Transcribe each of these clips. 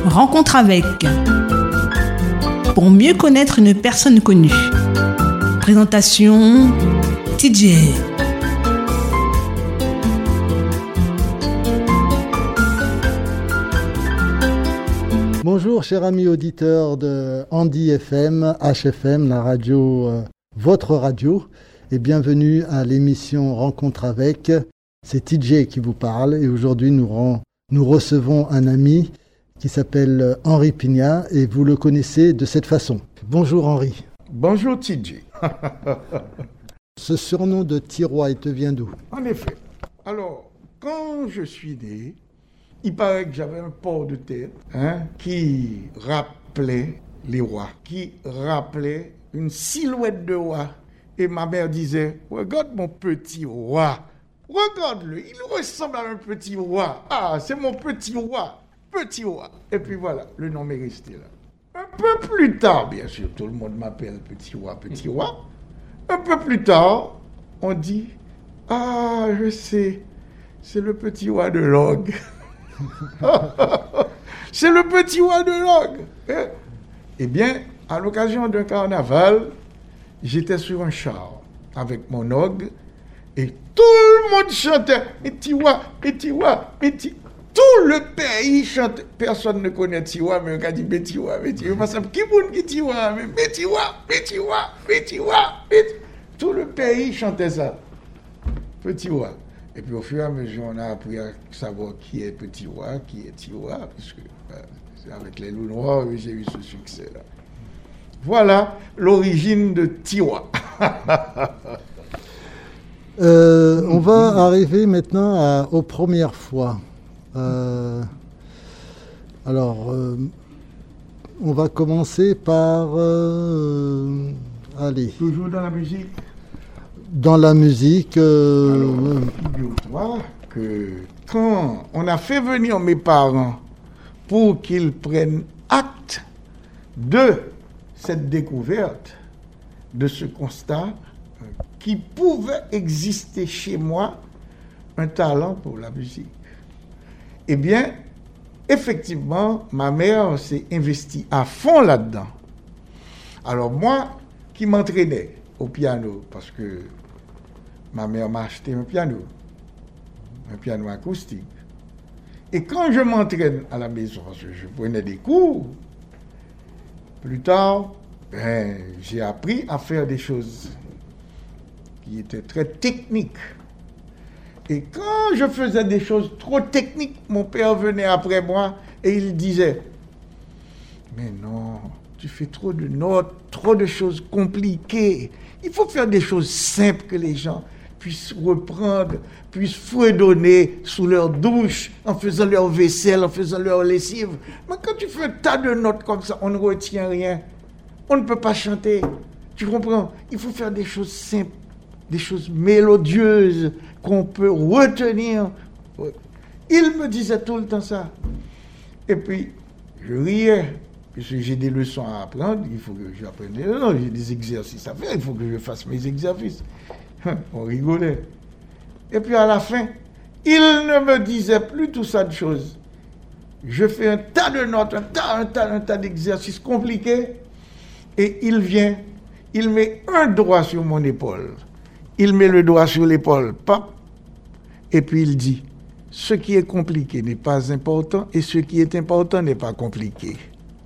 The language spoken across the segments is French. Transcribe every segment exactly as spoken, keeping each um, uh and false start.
Rencontre avec. Pour mieux connaître une personne connue. Présentation T J. Bonjour chers amis auditeurs de Andy F M, H F M, la radio, euh, votre radio, et bienvenue à l'émission Rencontre avec. C'est T J qui vous parle et aujourd'hui nous, rend, nous recevons un ami qui s'appelle Henri Pignat et vous le connaissez de cette façon. Bonjour Henri. Bonjour T J. Ce surnom de Tiroir, il te vient d'où? En effet. Alors, quand je suis né, il paraît que j'avais un port de tête hein, qui rappelait les rois, qui rappelait une silhouette de roi. Et ma mère disait, regarde mon petit roi, regarde-le, il ressemble à un petit roi. Ah, c'est mon petit roi, petit roi. Et puis voilà, le nom est resté là. Un peu plus tard, bien sûr, tout le monde m'appelle petit roi, petit roi. Un peu plus tard, on dit, ah, je sais, c'est le petit roi de Log. C'est le petit roi de Log. Eh, eh bien, à l'occasion d'un carnaval, j'étais sur un char avec mon og et tout le monde chantait petit roi, petit roi, petit. Tout le pays chante. Personne ne connaît Tiwa, mais on a dit petit roi, petit roi. Parce que qui vous dit Tiwa, mais petit roi, petit roi, petit roi, petit. Tout le pays chantait ça. Petit roi. Et puis au fur et à mesure, on a appris à savoir qui est Petit Roi, qui est Tiwa, puisque euh, c'est avec les loups noirs que j'ai eu ce succès-là. Voilà l'origine de Tiwa. euh, on va arriver maintenant à, aux premières fois. Euh, alors, euh, on va commencer par... Euh, allez. Toujours dans la musique. Dans la musique... Euh, Alors, figure-toi que quand on a fait venir mes parents pour qu'ils prennent acte de cette découverte, de ce constat, euh, qu'il pouvait exister chez moi un talent pour la musique. Eh bien, effectivement, ma mère s'est investie à fond là-dedans. Alors moi, qui m'entraînais au piano, parce que ma mère m'a acheté un piano, un piano acoustique. Et quand je m'entraîne à la maison, parce que je prenais des cours, plus tard, ben, j'ai appris à faire des choses qui étaient très techniques. Et quand je faisais des choses trop techniques, mon père venait après moi et il disait, mais non, tu fais trop de notes, trop de choses compliquées. Il faut faire des choses simples que les gens puissent reprendre, puissent fredonner sous leur douche, en faisant leur vaisselle, en faisant leur lessive. Mais quand tu fais un tas de notes comme ça, on ne retient rien. On ne peut pas chanter. Tu comprends? Il faut faire des choses simples, des choses mélodieuses qu'on peut retenir. Il me disait tout le temps ça. Et puis, je riais. Puisque j'ai des leçons à apprendre, il faut que j'apprenne. Non, j'ai des exercices à faire, il faut que je fasse mes exercices. On rigolait. Et puis à la fin, il ne me disait plus tout ça de choses. Je fais un tas de notes, un tas, un tas, un tas d'exercices compliqués, et il vient, il met un doigt sur mon épaule. Il met le doigt sur l'épaule, pop, et puis il dit, ce qui est compliqué n'est pas important, et ce qui est important n'est pas compliqué.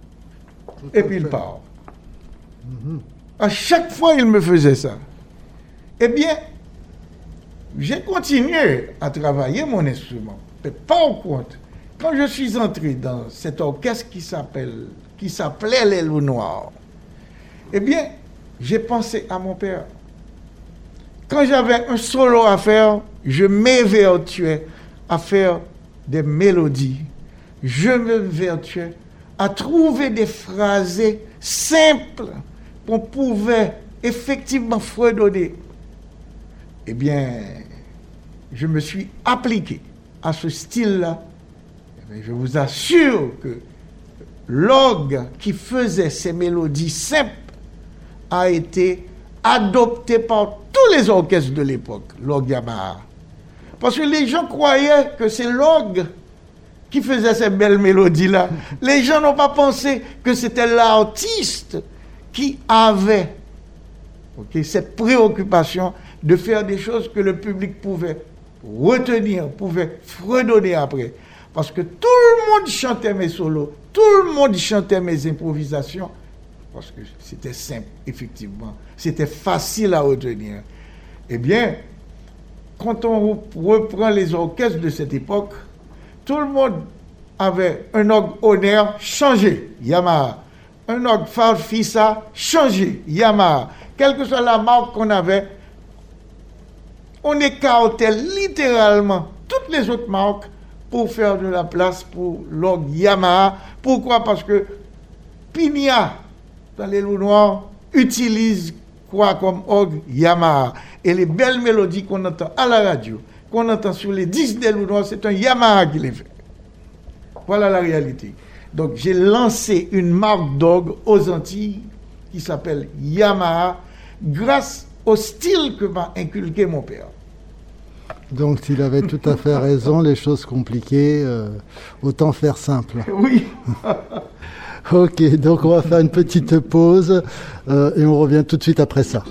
Et puis il part. Mm-hmm. À chaque fois, il me faisait ça. Eh bien, j'ai continué à travailler mon instrument. Mais par contre, quand je suis entré dans cet orchestre qui s'appelle, qui s'appelait Les Loups Noirs, eh bien, j'ai pensé à mon père. Quand j'avais un solo à faire, je m'évertuais à faire des mélodies. Je m'évertuais à trouver des phrasés simples qu'on pouvait effectivement fredonner. Eh bien, je me suis appliqué à ce style-là. Eh bien, je vous assure que l'orgue qui faisait ces mélodies simples a été adopté par tous les orchestres de l'époque, l'orgue Yamaha. Parce que les gens croyaient que c'est l'orgue qui faisait ces belles mélodies-là. Les gens n'ont pas pensé que c'était l'artiste qui avait okay, cette préoccupation de faire des choses que le public pouvait retenir, pouvait fredonner après. Parce que tout le monde chantait mes solos, tout le monde chantait mes improvisations, parce que c'était simple, effectivement. C'était facile à retenir. Eh bien, quand on reprend les orchestres de cette époque, tout le monde avait un orgue honneur changé, Yamaha. Un orgue Farfisa changé, Yamaha. Quelle que soit la marque qu'on avait, on écartait littéralement toutes les autres marques pour faire de la place pour l'orgue Yamaha. Pourquoi? Parce que Pinia, dans les loups noirs, utilise quoi comme orgue? Yamaha. Et les belles mélodies qu'on entend à la radio, qu'on entend sur les disques des loups noirs, c'est un Yamaha qui les fait. Voilà la réalité. Donc j'ai lancé une marque d'orgue aux Antilles qui s'appelle Yamaha grâce au style que m'a inculqué mon père. Donc s'il avait tout à fait raison, les choses compliquées, euh, autant faire simple. Oui. Ok, donc on va faire une petite pause euh, et on revient tout de suite après ça.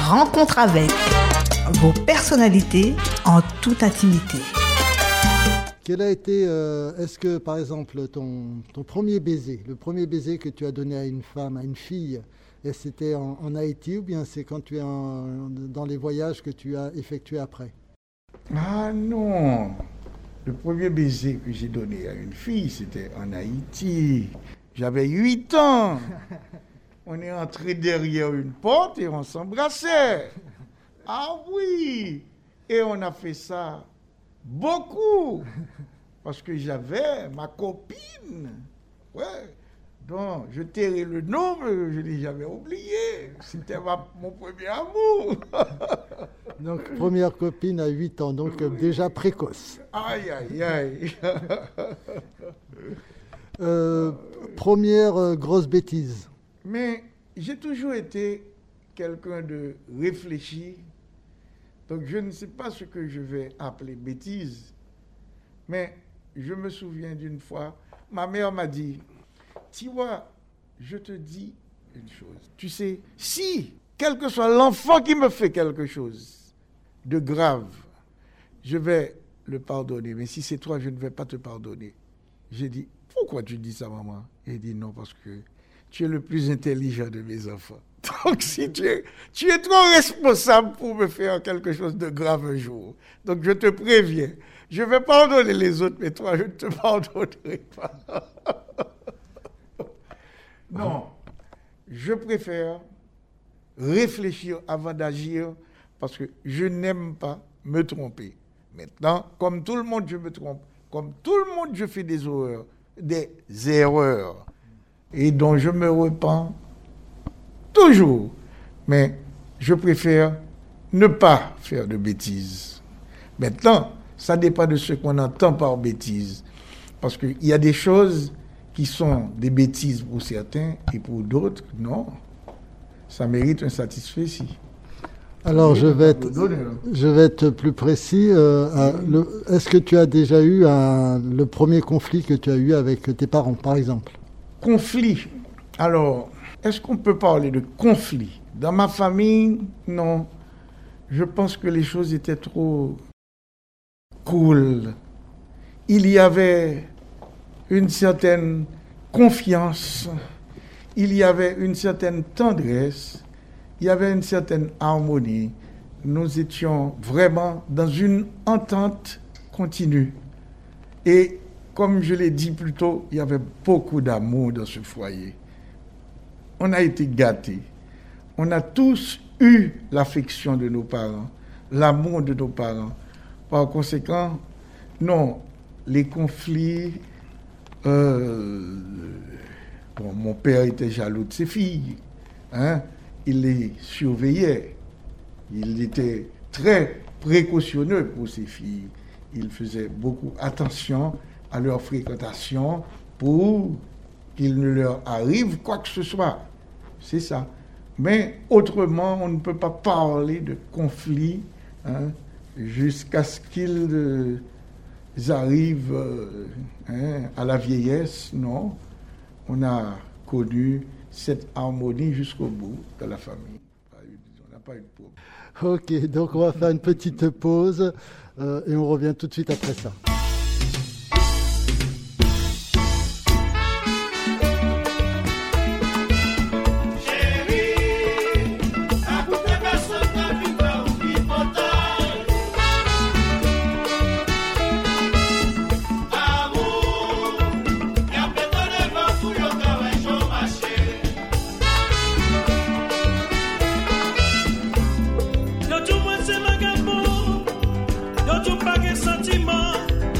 Rencontre avec vos personnalités en toute intimité. Quel a été, euh, est-ce que par exemple ton, ton premier baiser, le premier baiser que tu as donné à une femme, à une fille, et c'était en, en Haïti ou bien c'est quand tu es en, dans les voyages que tu as effectués après? Ah non, le premier baiser que j'ai donné à une fille, c'était en Haïti. J'avais huit ans. On est entré derrière une porte et on s'embrassait. Ah oui, et on a fait ça beaucoup, parce que j'avais ma copine. Ouais. Donc, je tairai le nom, mais je ne l'ai jamais oublié. C'était ma, mon premier amour. Donc, première copine à huit ans, donc oui. Déjà précoce. Aïe, aïe, aïe. euh, première euh, grosse bêtise. Mais j'ai toujours été quelqu'un de réfléchi. Donc, je ne sais pas ce que je vais appeler bêtise. Mais je me souviens d'une fois, ma mère m'a dit, tu vois, je te dis une chose. Tu sais, si, quel que soit l'enfant qui me fait quelque chose de grave, je vais le pardonner. Mais si c'est toi, je ne vais pas te pardonner. J'ai dit, pourquoi tu dis ça, maman? Elle dit, non, parce que tu es le plus intelligent de mes enfants. Donc, si tu es, tu es trop responsable pour me faire quelque chose de grave un jour. Donc, je te préviens. Je vais pardonner les autres, mais toi, je ne te pardonnerai pas. Non, je préfère réfléchir avant d'agir parce que je n'aime pas me tromper. Maintenant, comme tout le monde, je me trompe. Comme tout le monde, je fais des erreurs, des erreurs. Et dont je me repens toujours. Mais je préfère ne pas faire de bêtises. Maintenant, ça dépend de ce qu'on entend par bêtises. Parce qu'il y a des choses qui sont des bêtises pour certains et pour d'autres, non. Ça mérite un satisfait. Alors, je vais, être, je vais être plus précis. Euh, le, est-ce que tu as déjà eu un, le premier conflit que tu as eu avec tes parents, par exemple? Conflit. Alors, est-ce qu'on peut parler de conflit? Dans ma famille, non. Je pense que les choses étaient trop cool. Il y avait une certaine confiance, il y avait une certaine tendresse, il y avait une certaine harmonie. Nous étions vraiment dans une entente continue. Et comme je l'ai dit plus tôt, il y avait beaucoup d'amour dans ce foyer. On a été gâtés. On a tous eu l'affection de nos parents, l'amour de nos parents. Par conséquent, non, les conflits... Euh, bon, mon père était jaloux de ses filles. Hein? Il les surveillait. Il était très précautionneux pour ses filles. Il faisait beaucoup attention à leur fréquentation pour qu'il ne leur arrive quoi que ce soit. C'est ça. Mais autrement, on ne peut pas parler de conflit hein, jusqu'à ce qu'ils euh, arrivent euh, hein, à la vieillesse. Non, on a connu cette harmonie jusqu'au bout de la famille. On n'a pas eu de problème. Ok, donc on va faire une petite pause euh, et on revient tout de suite après ça. Yo tu mwen se magambo, yo tu pa gen sentiment.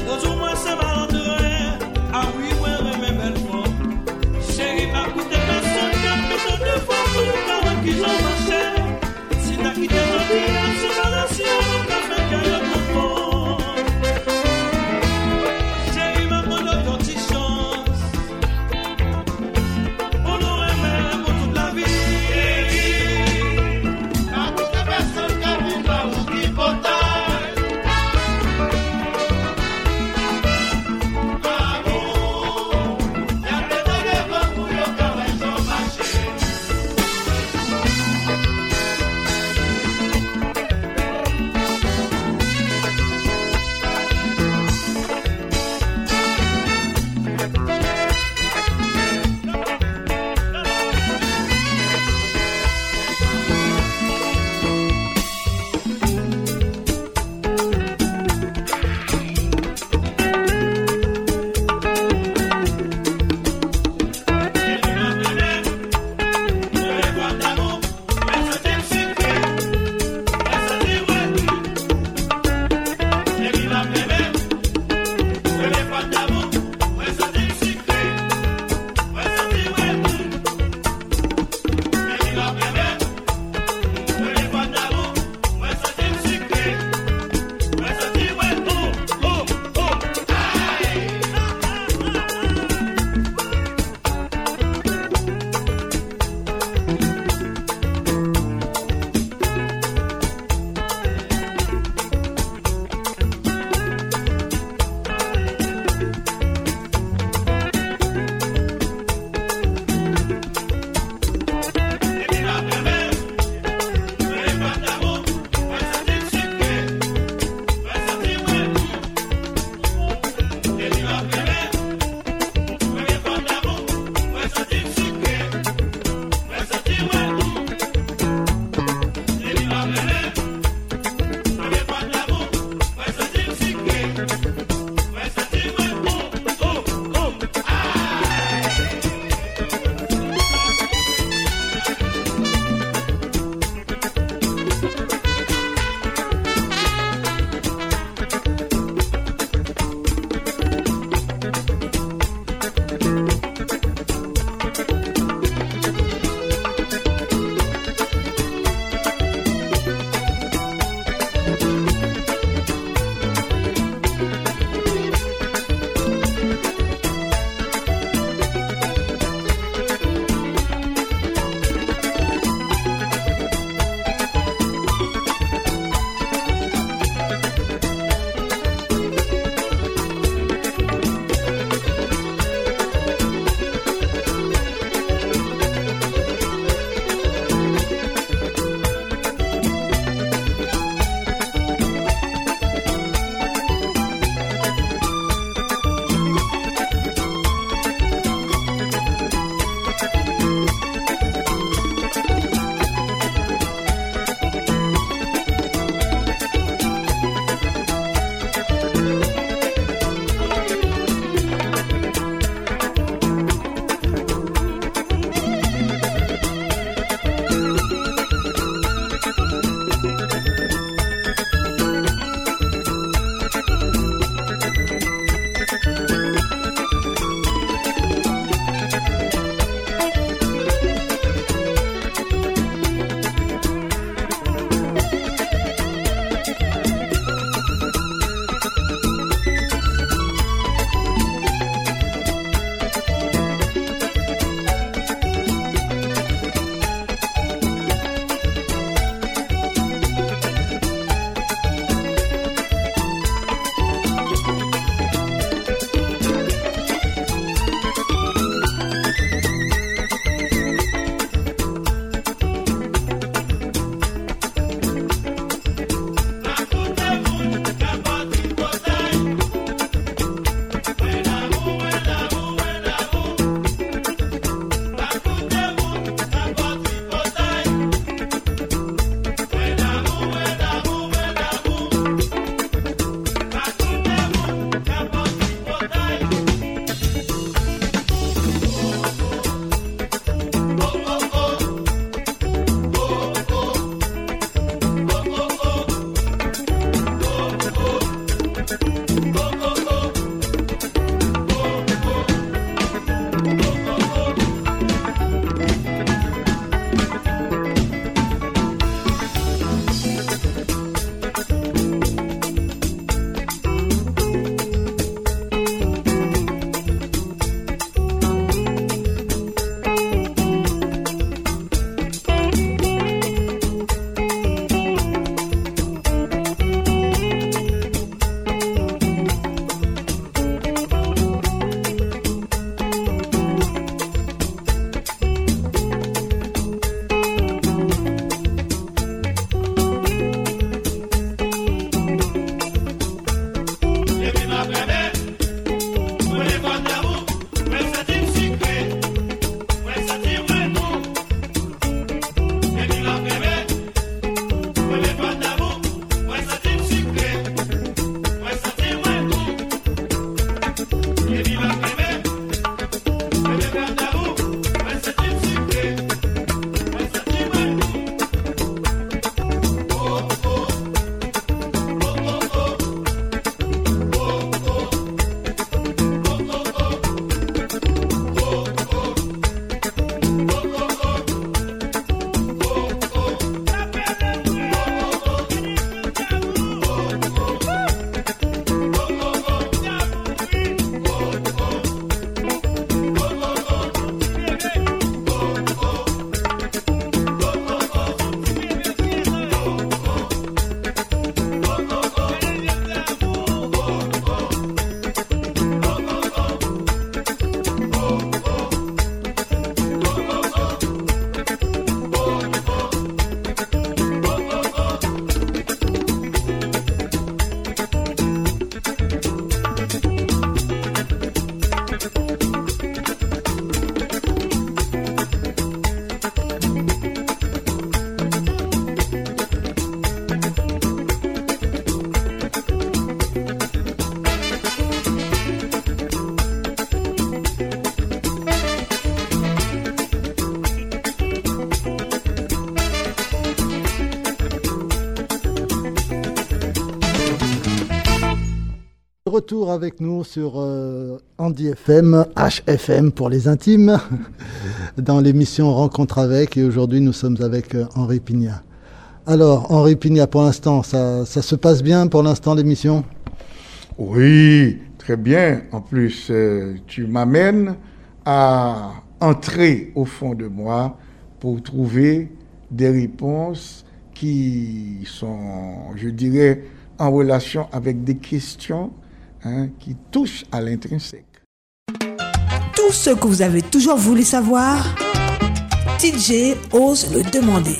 Retour avec nous sur euh, Andy F M, H F M pour les intimes, dans l'émission Rencontre avec, et aujourd'hui nous sommes avec euh, Henri Pignat. Alors Henri Pignat, pour l'instant, ça, ça se passe bien pour l'instant l'émission ? Oui, très bien. En plus, euh, tu m'amènes à entrer au fond de moi pour trouver des réponses qui sont, je dirais, en relation avec des questions hein, qui touchent à l'intrinsèque. Tout ce que vous avez toujours voulu savoir, T J ose le demander.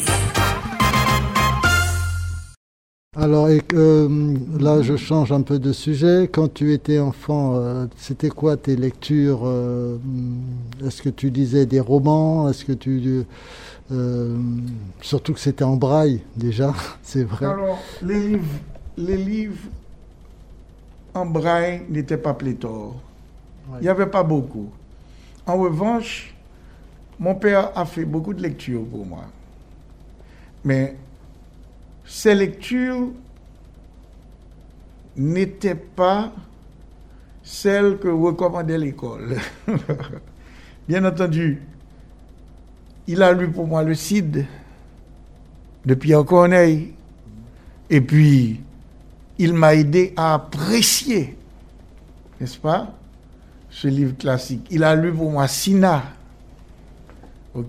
Alors, et, euh, là, je change un peu de sujet. Quand tu étais enfant, euh, c'était quoi tes lectures euh, Est-ce que tu lisais des romans ? Est-ce que tu... Euh, surtout que c'était en braille, déjà, c'est vrai. Alors, les livres, les livres en braille n'étaient pas pléthores. Ouais. Il n'y avait pas beaucoup. En revanche, mon père a fait beaucoup de lectures pour moi. Mais ces lectures n'étaient pas celles que recommandait l'école. Bien entendu, il a lu pour moi le Cid de Pierre Corneille. Et puis, il m'a aidé à apprécier, n'est-ce pas, ce livre classique. Il a lu pour moi Sina. OK ?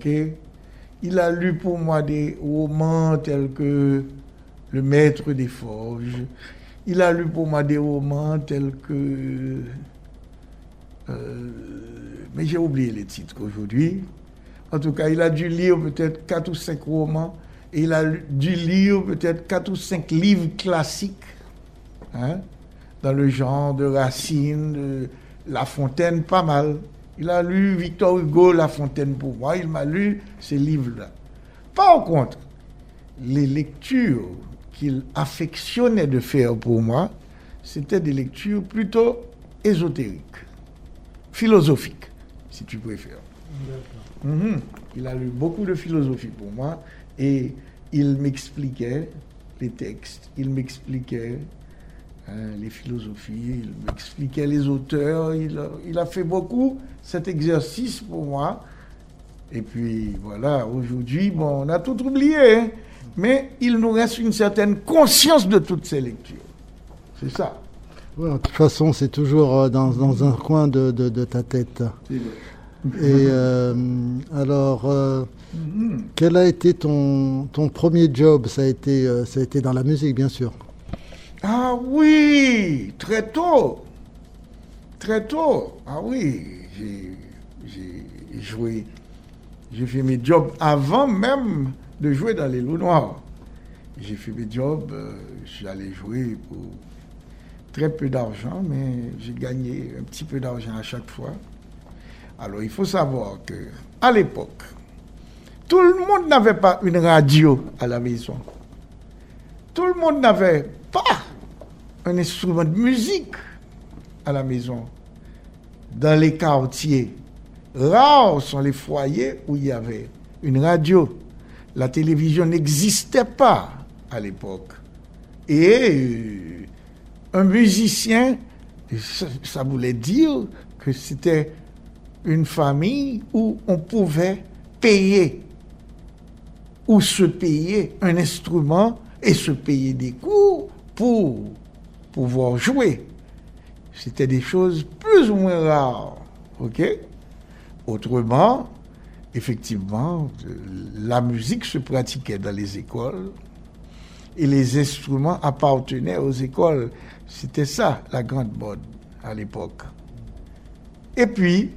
Il a lu pour moi des romans tels que Le Maître des Forges. Il a lu pour moi des romans tels que... Euh, mais j'ai oublié les titres aujourd'hui. En tout cas, il a dû lire peut-être quatre ou cinq romans et il a dû lire peut-être quatre ou cinq livres classiques hein, dans le genre de Racine, de La Fontaine, pas mal. Il a lu Victor Hugo, La Fontaine pour moi. Il m'a lu ces livres-là. Par contre, les lectures qu'il affectionnait de faire pour moi, c'était des lectures plutôt ésotériques, philosophiques, si tu préfères. Mm-hmm. Il a lu beaucoup de philosophie pour moi et il m'expliquait les textes, il m'expliquait hein, les philosophies, il m'expliquait les auteurs. Il a, il a fait beaucoup cet exercice pour moi. Et puis voilà, aujourd'hui, bon, on a tout oublié, hein, mais il nous reste une certaine conscience de toutes ces lectures. C'est ça. Ouais, de toute façon, c'est toujours dans, dans un coin de, de, de ta tête. C'est vrai. Et euh, alors, euh, mm-hmm. quel a été ton, ton premier job ? Ça a été, euh, ça a été dans la musique, bien sûr. Ah oui, très tôt. Très tôt. Ah oui, j'ai, j'ai joué, j'ai fait mes jobs avant même de jouer dans les Loups Noirs. J'ai fait mes jobs, euh, je suis allé jouer pour très peu d'argent, mais j'ai gagné un petit peu d'argent à chaque fois. Alors, il faut savoir qu'à l'époque, tout le monde n'avait pas une radio à la maison. Tout le monde n'avait pas un instrument de musique à la maison. Dans les quartiers, rares sont les foyers où il y avait une radio. La télévision n'existait pas à l'époque. Et euh, un musicien, ça, ça voulait dire que c'était une famille où on pouvait payer ou se payer un instrument et se payer des cours pour pouvoir jouer. C'était des choses plus ou moins rares, ok ? Autrement, effectivement, la musique se pratiquait dans les écoles et les instruments appartenaient aux écoles. C'était ça, la grande mode à l'époque. Et puis,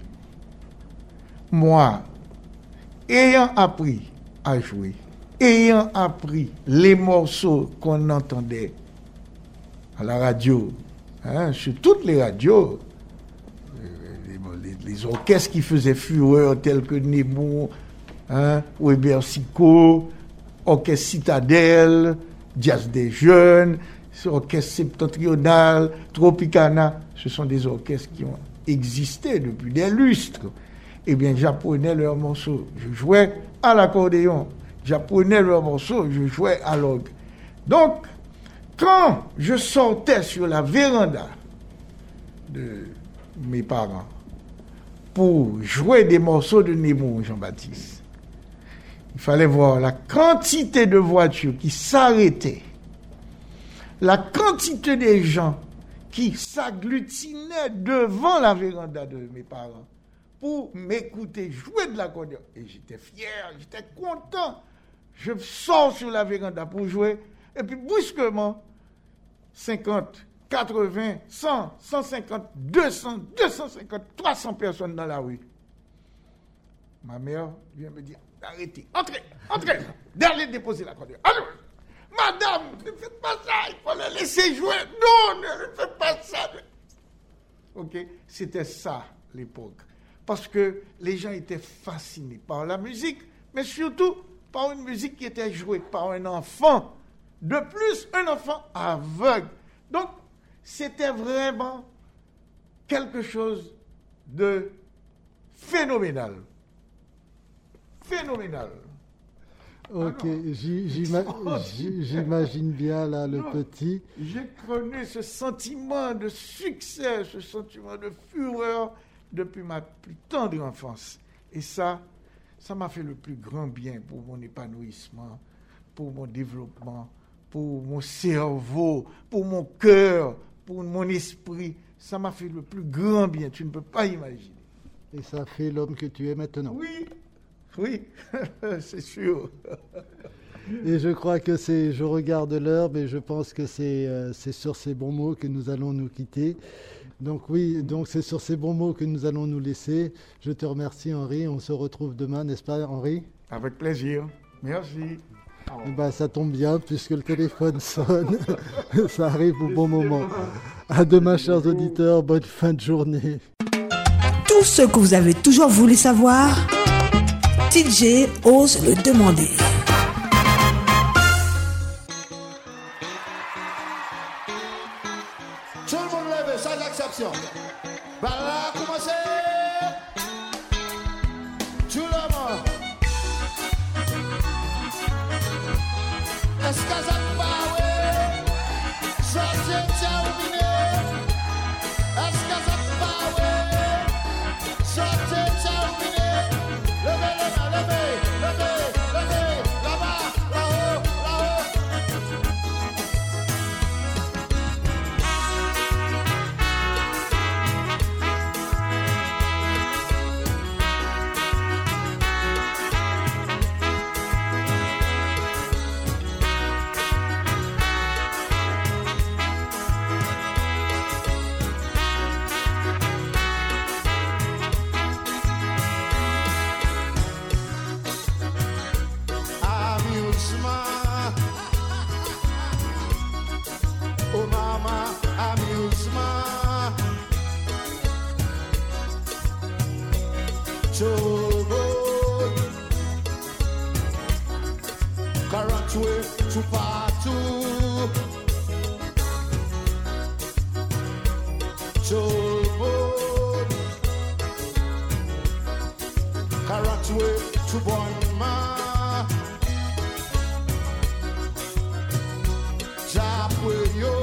moi, ayant appris à jouer, ayant appris les morceaux qu'on entendait à la radio, hein, sur toutes les radios, les, les, les orchestres qui faisaient fureur tels que Nemo, hein, Weber Sico, Orchestre Citadelle, Jazz des Jeunes, Orchestre Septentrional, Tropicana, ce sont des orchestres qui ont existé depuis des lustres. Eh bien, j'apprenais leurs morceaux. Je jouais à l'accordéon. J'apprenais leurs morceaux. Je jouais à l'orgue. Donc, quand je sortais sur la véranda de mes parents pour jouer des morceaux de Nemo Jean-Baptiste, il fallait voir la quantité de voitures qui s'arrêtaient, la quantité des gens qui s'agglutinaient devant la véranda de mes parents pour m'écouter jouer de l'accordéon. Et j'étais fier, j'étais content. Je sors sur la véranda pour jouer, et puis brusquement, cinquante, quatre-vingts, cent, cent cinquante, deux cents, deux cent cinquante, trois cents personnes dans la rue. Ma mère vient me dire, arrêtez, entrez, entrez, d'aller déposer l'accordéon. Alors, madame, ne faites pas ça, il faut la laisser jouer. Non, ne faites pas ça. Ok, c'était ça l'époque. Parce que les gens étaient fascinés par la musique, mais surtout par une musique qui était jouée par un enfant. De plus, un enfant aveugle. Donc, c'était vraiment quelque chose de phénoménal. Phénoménal. Ok, Ah j'ima- j'imagine bien là le non, petit. J'ai connu ce sentiment de succès, ce sentiment de fureur depuis ma plus tendre enfance. Et ça, ça m'a fait le plus grand bien pour mon épanouissement, pour mon développement, pour mon cerveau, pour mon cœur, pour mon esprit. Ça m'a fait le plus grand bien, tu ne peux pas imaginer. Et ça fait l'homme que tu es maintenant. Oui, oui, c'est sûr. Et je crois que c'est, je regarde l'heure, mais je pense que c'est, euh, c'est sur ces bons mots que nous allons nous quitter. Donc oui, donc c'est sur ces bons mots que nous allons nous laisser. Je te remercie Henri, on se retrouve demain, n'est-ce pas Henri ? Avec plaisir, merci. Eh ben, ça tombe bien puisque le téléphone sonne, ça arrive au bon moment. À demain chers auditeurs, bonne fin de journée. Tout ce que vous avez toujours voulu savoir, T J ose le demander. Tout le monde lève, sans exception. Bah là, commencez. Tout le monde. Est-ce que ça te va, ouais? Sortez, terminé. Est-ce que ça te va, ouais? Sortez, terminé. Levez les mains, levez, levez, levez. Là-bas, là-haut, là-haut. Amusement. Oh mama, amusement. Togo. quarante-huit tout partout. Togo. quarante-huit tout bonnement. J'appuie.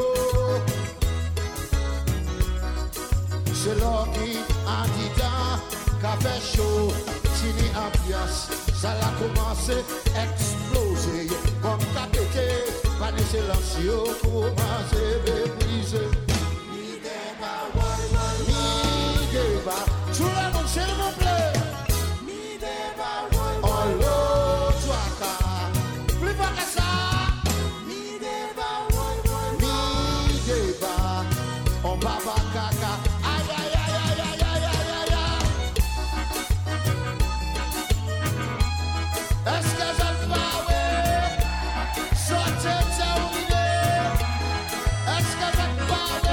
C'est l'orgue en disant qu'a fait chaud. Tini ambiance, ça l'a commencé à exploser. Comme qu'a pété, pas de silencieux, commencer à briser. Mi débat, mi débat, tout le monde s'il vous plaît. Mi débat, oh l'eau, toi car, plus fort que ça. Mi débat, mi débat, on va pas caca. Aïe aïe aïe aïe aïe aïe aïe aïe aïe. Est-ce que ça te va, ouais? Sortez, terminé. Est-ce que ça te va, ouais?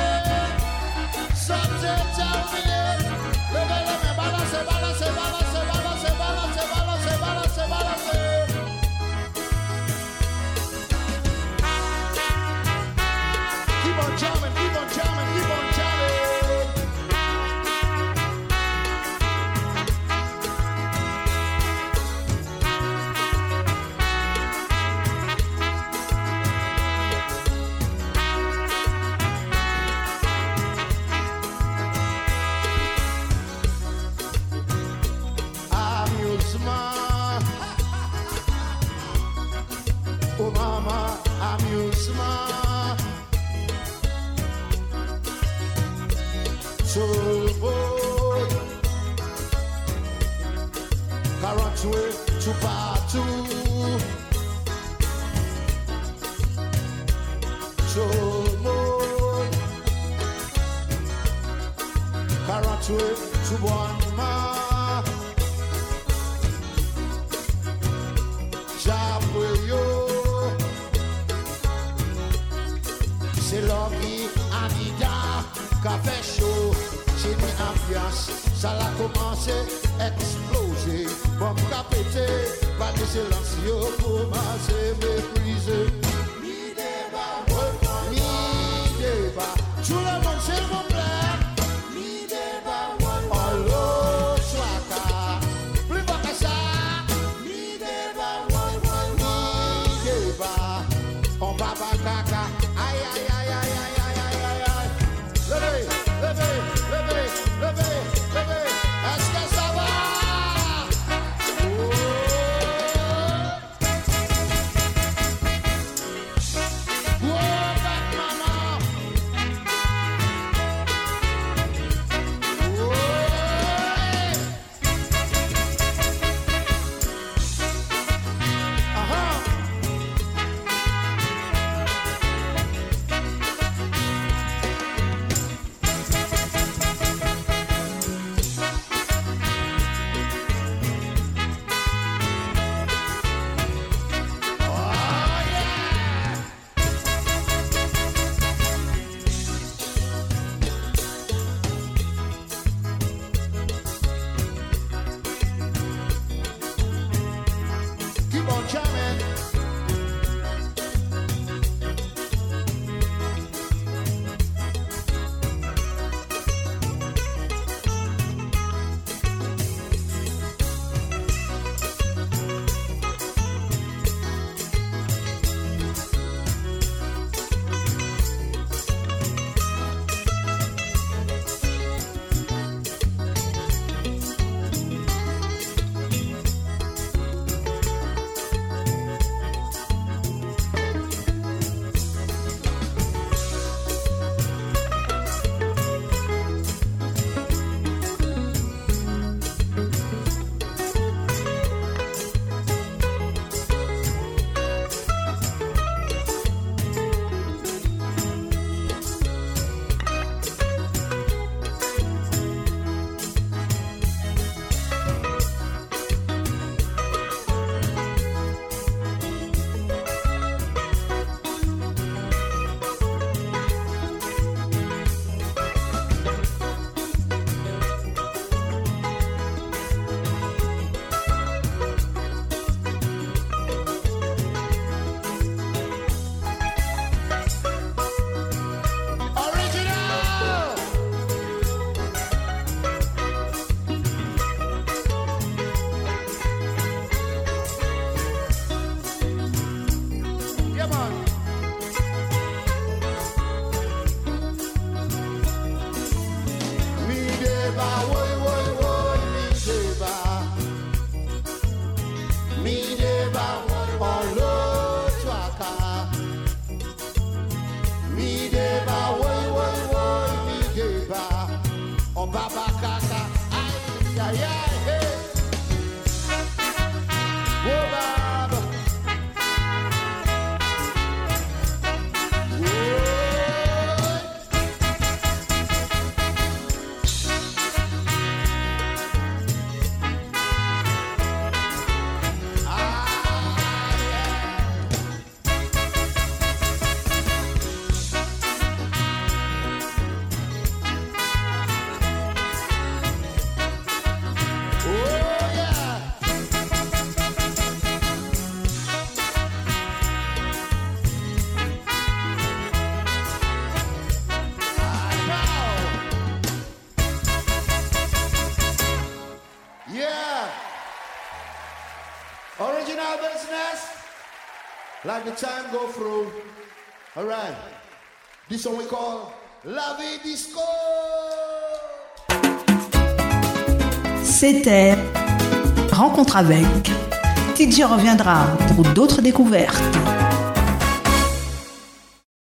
amusement. Soul boy, quarante-huit tout partout. Soul boy, quarante-huit tout bonnement. C'est l'homme qui a dit qu'a fait chaud, j'ai mis ambiance, ça l'a commencé à exploser. Bombe qu'a pété, pas de silencieux pour masser, mépriser. Mi débat, mi débat, tout le monde s'il vous plaît. Mi débat, oh l'eau, soit plus bas que ça. Mi débat, mi débat, on va pas caca. Aïe aïe aïe aïe aïe aïe aïe aïe. Levez, levez, levez, levez, levez. Est-ce que ça va? Oh. Oh, back mama. Oh. Aha. Keep on jamming. Original business. Like the time go through. All right. This one we call La Vie Disco. C'était Rencontre avec. T J reviendra pour d'autres découvertes.